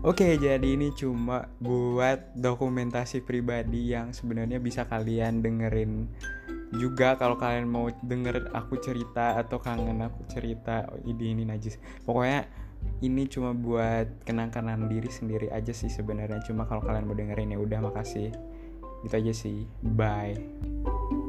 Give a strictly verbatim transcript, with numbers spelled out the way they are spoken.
Oke, jadi ini cuma buat dokumentasi pribadi yang sebenarnya bisa kalian dengerin juga kalau kalian mau denger aku cerita atau kangen aku cerita. Oh, ini ini najis. Pokoknya ini cuma buat kenang-kenang diri sendiri aja sih sebenarnya. Cuma kalau kalian mau dengerin ya udah, makasih. Gitu aja sih. Bye.